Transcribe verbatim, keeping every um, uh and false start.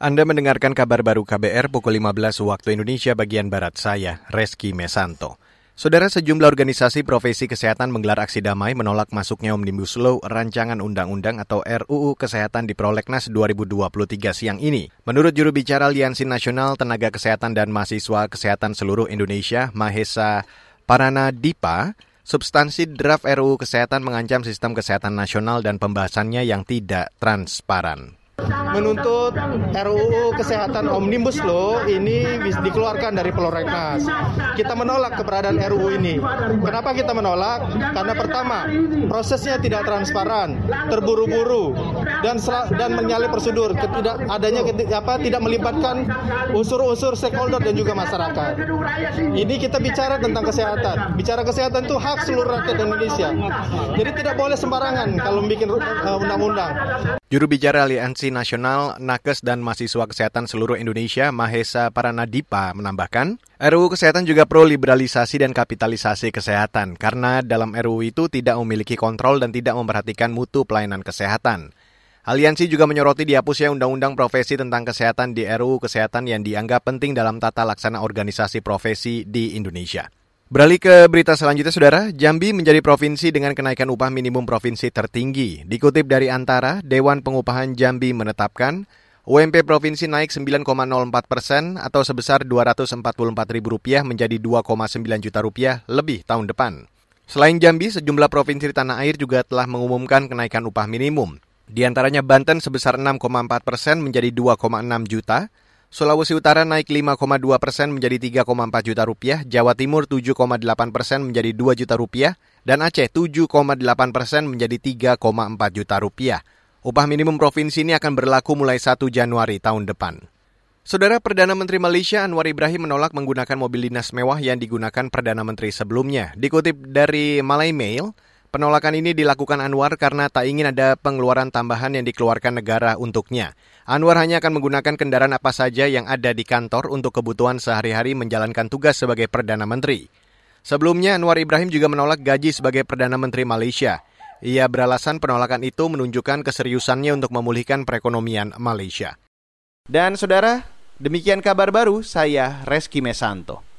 Anda mendengarkan kabar baru K B R pukul lima belas waktu Indonesia bagian Barat, saya, Reski Mesanto. Saudara, sejumlah organisasi profesi kesehatan menggelar aksi damai menolak masuknya Omnibus Law Rancangan Undang-Undang atau R U U Kesehatan di Prolegnas dua ribu dua puluh tiga siang ini. Menurut juru bicara Aliansi Nasional Tenaga Kesehatan dan Mahasiswa Kesehatan Seluruh Indonesia, Mahesa Paranadipa, substansi draft R U U Kesehatan mengancam sistem kesehatan nasional dan pembahasannya yang tidak transparan. Menuntut R U U Kesehatan Omnibus Law ini dikeluarkan dari Prolegnas. Kita menolak keberadaan R U U ini. Kenapa kita menolak? Karena pertama, prosesnya tidak transparan, terburu-buru, dan dan menyalahi prosedur. Tidak adanya apa tidak melibatkan unsur-unsur stakeholder dan juga masyarakat. Ini kita bicara tentang kesehatan. Bicara kesehatan itu hak seluruh rakyat Indonesia. Jadi tidak boleh sembarangan kalau bikin uh, undang-undang. Juru bicara Aliansi Nasional Nakes dan Mahasiswa Kesehatan Seluruh Indonesia, Mahesa Paranadipa, menambahkan, R U U Kesehatan juga pro liberalisasi dan kapitalisasi kesehatan, karena dalam R U U itu tidak memiliki kontrol dan tidak memperhatikan mutu pelayanan kesehatan. Aliansi juga menyoroti dihapusnya Undang-Undang Profesi tentang Kesehatan di R U U Kesehatan yang dianggap penting dalam tata laksana organisasi profesi di Indonesia. Beralih ke berita selanjutnya, Saudara. Jambi menjadi provinsi dengan kenaikan upah minimum provinsi tertinggi. Dikutip dari Antara, Dewan Pengupahan Jambi menetapkan U M P provinsi naik sembilan koma nol empat persen atau sebesar dua ratus empat puluh empat ribu rupiah menjadi dua koma sembilan juta rupiah lebih tahun depan. Selain Jambi, sejumlah provinsi di tanah air juga telah mengumumkan kenaikan upah minimum. Di antaranya Banten sebesar enam koma empat persen menjadi dua koma enam juta, Sulawesi Utara naik lima koma dua persen menjadi tiga koma empat juta rupiah, Jawa Timur tujuh koma delapan persen menjadi dua juta rupiah, dan Aceh tujuh koma delapan persen menjadi tiga koma empat juta rupiah. Upah minimum provinsi ini akan berlaku mulai satu Januari tahun depan. Saudara, Perdana Menteri Malaysia Anwar Ibrahim menolak menggunakan mobil dinas mewah yang digunakan Perdana Menteri sebelumnya. Dikutip dari Malay Mail, penolakan ini dilakukan Anwar karena tak ingin ada pengeluaran tambahan yang dikeluarkan negara untuknya. Anwar hanya akan menggunakan kendaraan apa saja yang ada di kantor untuk kebutuhan sehari-hari menjalankan tugas sebagai Perdana Menteri. Sebelumnya, Anwar Ibrahim juga menolak gaji sebagai Perdana Menteri Malaysia. Ia beralasan penolakan itu menunjukkan keseriusannya untuk memulihkan perekonomian Malaysia. Dan saudara, demikian kabar baru, saya Reski Mesanto.